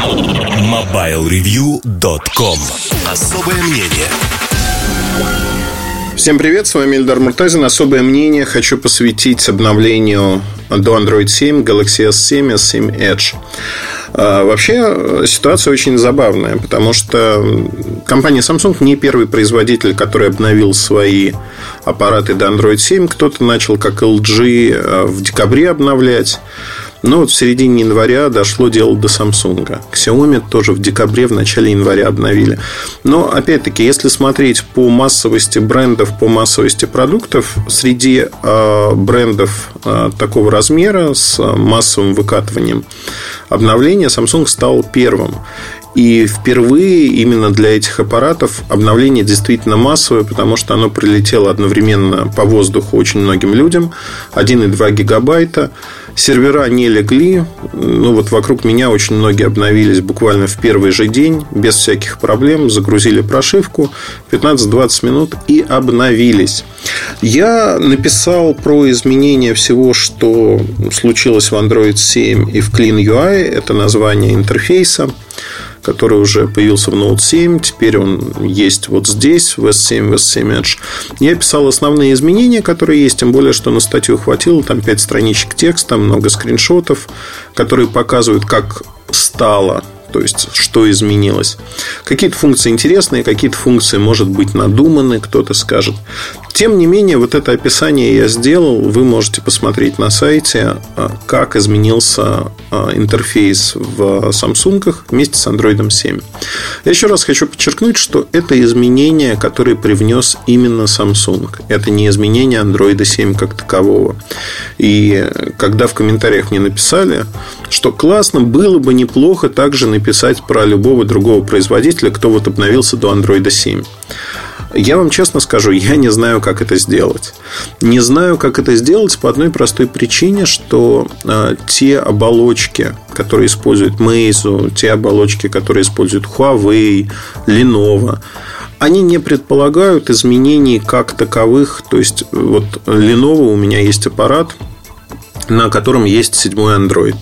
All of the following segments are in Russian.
MobileReview.com. Особое мнение. Всем привет, с вами Эльдар Муртазин. Особое мнение хочу посвятить обновлению до Android 7 Galaxy S7 и S7 Edge. Вообще ситуация очень забавная, потому что компания Samsung не первый производитель, который обновил свои аппараты до Android 7. Кто-то начал, как LG, в декабре обновлять. Но вот в середине января дошло дело до Samsung. Xiaomi тоже в декабре, в начале января обновили. Но, опять-таки, если смотреть по массовости брендов, по массовости продуктов, среди брендов такого размера с массовым выкатыванием обновления Samsung стал первым. И впервые именно для этих аппаратов обновление действительно массовое, потому что оно прилетело одновременно по воздуху очень многим людям. 1,2 гигабайта. Сервера не легли. Вот вокруг меня очень многие обновились буквально в первый же день, без всяких проблем. Загрузили прошивку 15-20 минут и обновились. Я написал про изменения всего, что случилось в Android 7 и в Clean UI. Это название интерфейса, который уже появился в Note 7. Теперь он есть вот здесь, в S7, в S7 Edge. Я писал основные изменения, которые есть. Тем более, что на статью хватило. Там 5 страничек текста, много скриншотов, которые показывают, как стало, то есть, что изменилось. Какие-то функции интересные, какие-то функции, может быть, надуманы, кто-то скажет. Тем не менее, вот это описание я сделал. Вы можете посмотреть на сайте, как изменился интерфейс в Samsung вместе с Android 7. Я еще раз хочу подчеркнуть, что это изменения, которые привнес именно Samsung. Это не изменение Android 7 как такового. И когда в комментариях мне написали, что классно, было бы неплохо также написать про любого другого производителя, кто вот обновился до Android 7. Я вам честно скажу, я не знаю, как это сделать. Не знаю, как это сделать по одной простой причине, что те оболочки, которые используют Meizu, те оболочки, которые используют Huawei, Lenovo, они не предполагают изменений как таковых. То есть, вот Lenovo, у меня есть аппарат, на котором есть 7-й Android.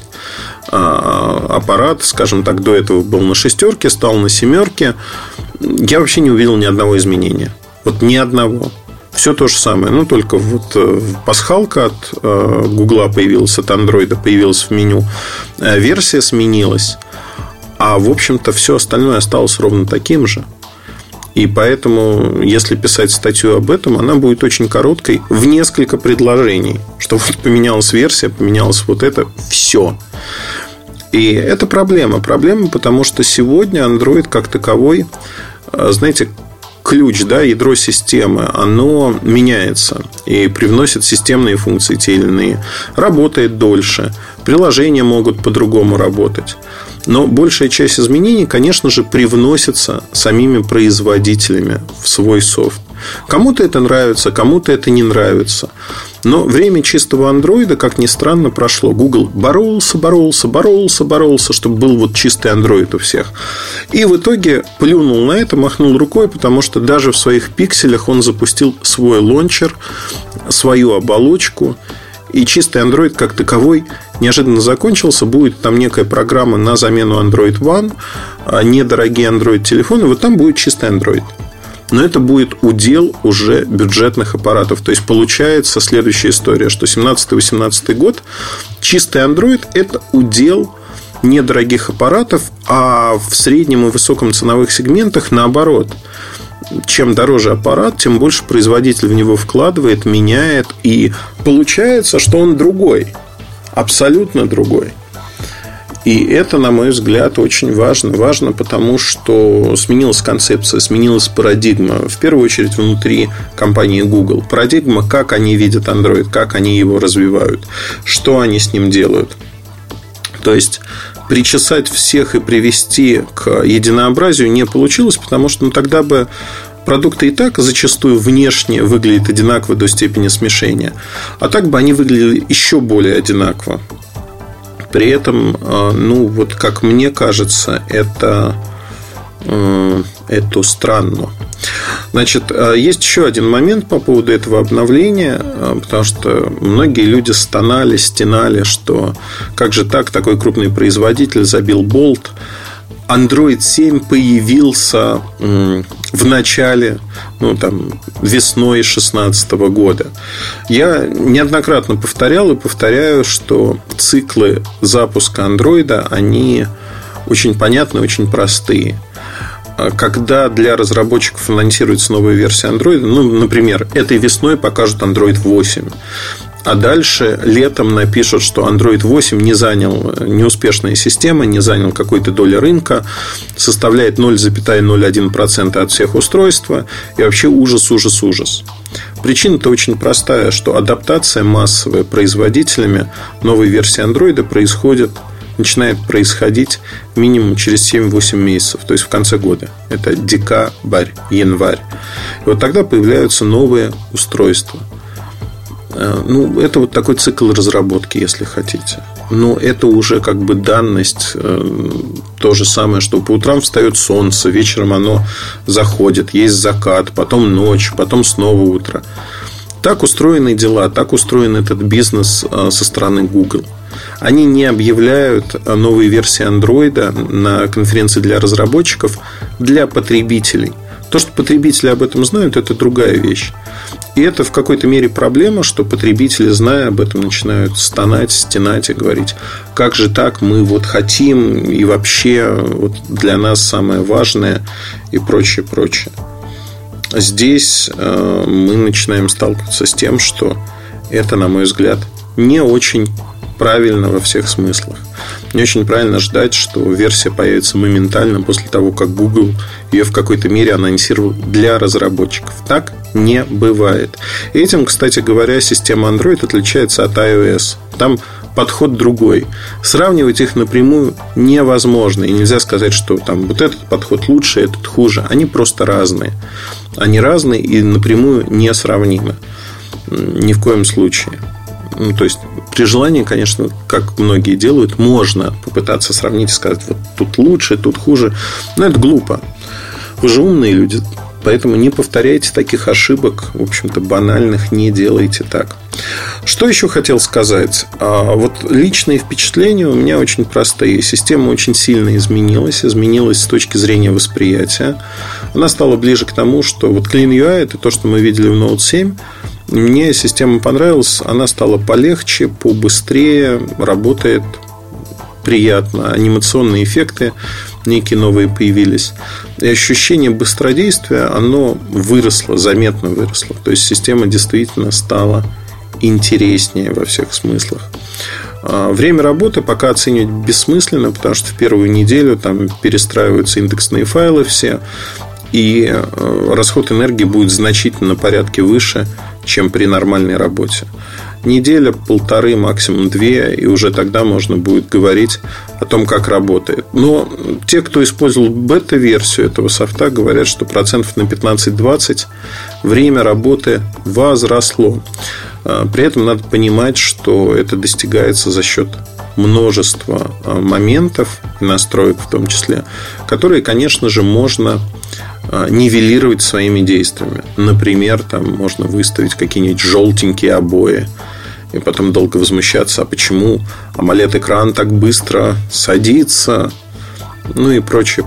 Аппарат, скажем так, до этого был на 6-ке, стал на 7-ке. Я вообще не увидел ни одного изменения. Вот ни одного. Все то же самое. Только вот пасхалка от Гугла появилась, от Андроида появилась в меню. Версия сменилась. А в общем-то все остальное осталось ровно таким же. И поэтому, если писать статью об этом, она будет очень короткой, в несколько предложений. Что вот поменялась версия, поменялось вот это, все. И это проблема. Проблема, потому что сегодня Android как таковой, знаете, ключ, ядро системы, оно меняется и привносит системные функции те или иные. Работает дольше. Приложения могут по-другому работать. Но большая часть изменений, конечно же, привносится самими производителями в свой софт. Кому-то это нравится, кому-то это не нравится. Но время чистого андроида, как ни странно, прошло. Google боролся, чтобы был вот чистый андроид у всех. И в итоге плюнул на это, махнул рукой, потому что даже в своих пикселях он запустил свой лончер, свою оболочку. И чистый Android как таковой неожиданно закончился. Будет там некая программа на замену Android One, недорогие Android-телефоны. Вот там будет чистый Android. Но это будет удел уже бюджетных аппаратов. То есть получается следующая история, что 17-18 год чистый Android – это удел недорогих аппаратов, а в среднем и высоком ценовых сегментах наоборот. Чем дороже аппарат, тем больше производитель в него вкладывает, меняет. И получается, что он другой. Абсолютно другой. И это, на мой взгляд, очень важно. Важно, потому что сменилась концепция, сменилась парадигма. В первую очередь внутри компании Google. Парадигма, как они видят Android, как они его развивают, что они с ним делают. То есть причесать всех и привести к единообразию не получилось, потому что тогда бы продукты и так зачастую внешне выглядят одинаково до степени смешения. А так бы они выглядели еще более одинаково. При этом, вот как мне кажется, это странно. Значит, есть еще один момент по поводу этого обновления, потому что многие люди стенали, что как же так, такой крупный производитель забил болт, Android 7 появился в начале, весной 2016 года. Я неоднократно повторял и повторяю, что циклы запуска Android, они очень понятны, очень простые. Когда для разработчиков анонсируется новая версия Android, например, этой весной покажут Android 8, а дальше летом напишут, что Android 8 не занял неуспешная система, не занял какой-то доли рынка, составляет 0,01% от всех устройств, и вообще ужас. Причина-то очень простая, что адаптация массовая производителями новой версии Android начинает происходить минимум через 7-8 месяцев, то есть в конце года. Это декабрь, январь. И вот тогда появляются новые устройства. Это вот такой цикл разработки, если хотите. Но это уже как бы данность. То же самое, что по утрам встает солнце, вечером оно заходит, есть закат, потом ночь, потом снова утро. Так устроены дела, так устроен этот бизнес со стороны Google. Они не объявляют новые версии Android на конференции для разработчиков для потребителей. То, что потребители об этом знают, это другая вещь. И это в какой-то мере проблема, что потребители, зная об этом, начинают стонать, стенать и говорить: как же так, мы вот хотим, и вообще вот для нас самое важное, и прочее. Здесь мы начинаем сталкиваться с тем, что это, на мой взгляд, не очень правильно во всех смыслах. Не очень правильно ждать, что версия появится моментально после того, как Google ее в какой-то мере анонсировал для разработчиков. Так не бывает. И этим, кстати говоря, система Android отличается от iOS. Там подход другой. Сравнивать их напрямую невозможно. И нельзя сказать, что там вот этот подход лучше, этот хуже. Они просто разные. Они разные и напрямую несравнимы. Ни в коем случае. То есть, при желании, конечно, как многие делают, можно попытаться сравнить и сказать: вот тут лучше, тут хуже. Но это глупо. Вы же умные люди, поэтому не повторяйте таких ошибок, в общем-то, банальных, не делайте так. Что еще хотел сказать? Вот личные впечатления у меня очень простые. Система очень сильно изменилась с точки зрения восприятия. Она стала ближе к тому, что вот Clean UI – это то, что мы видели в Note 7. Мне система понравилась. Она стала полегче, побыстрее, работает приятно. Анимационные эффекты некие новые появились. И ощущение быстродействия, оно выросло, заметно выросло. То есть система действительно стала интереснее во всех смыслах. Время работы пока оценивать бессмысленно, потому что в первую неделю там перестраиваются индексные файлы все, и расход энергии будет значительно на порядке выше, чем при нормальной работе. Неделя, полторы, максимум 2, и уже тогда можно будет говорить о том, как работает. Но те, кто использовал бета-версию этого софта, говорят, что процентов на 15-20 время работы возросло. При этом надо понимать, что это достигается за счет множества моментов, настроек в том числе, которые, конечно же, можно нивелировать своими действиями. Например, там можно выставить какие-нибудь желтенькие обои и потом долго возмущаться: а почему AMOLED-экран так быстро садится, и прочее.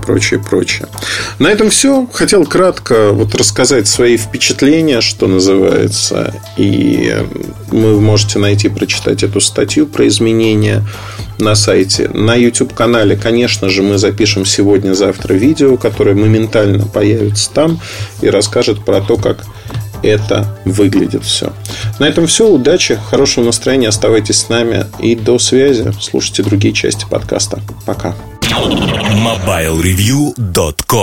На этом все. Хотел кратко рассказать свои впечатления, что называется. И вы можете найти, прочитать эту статью про изменения на сайте. На YouTube-канале, конечно же, мы запишем сегодня-завтра видео, которое моментально появится там и расскажет про то, как это выглядит все. На этом все. Удачи, хорошего настроения. Оставайтесь с нами и до связи. Слушайте другие части подкаста. Пока. MobileReview.com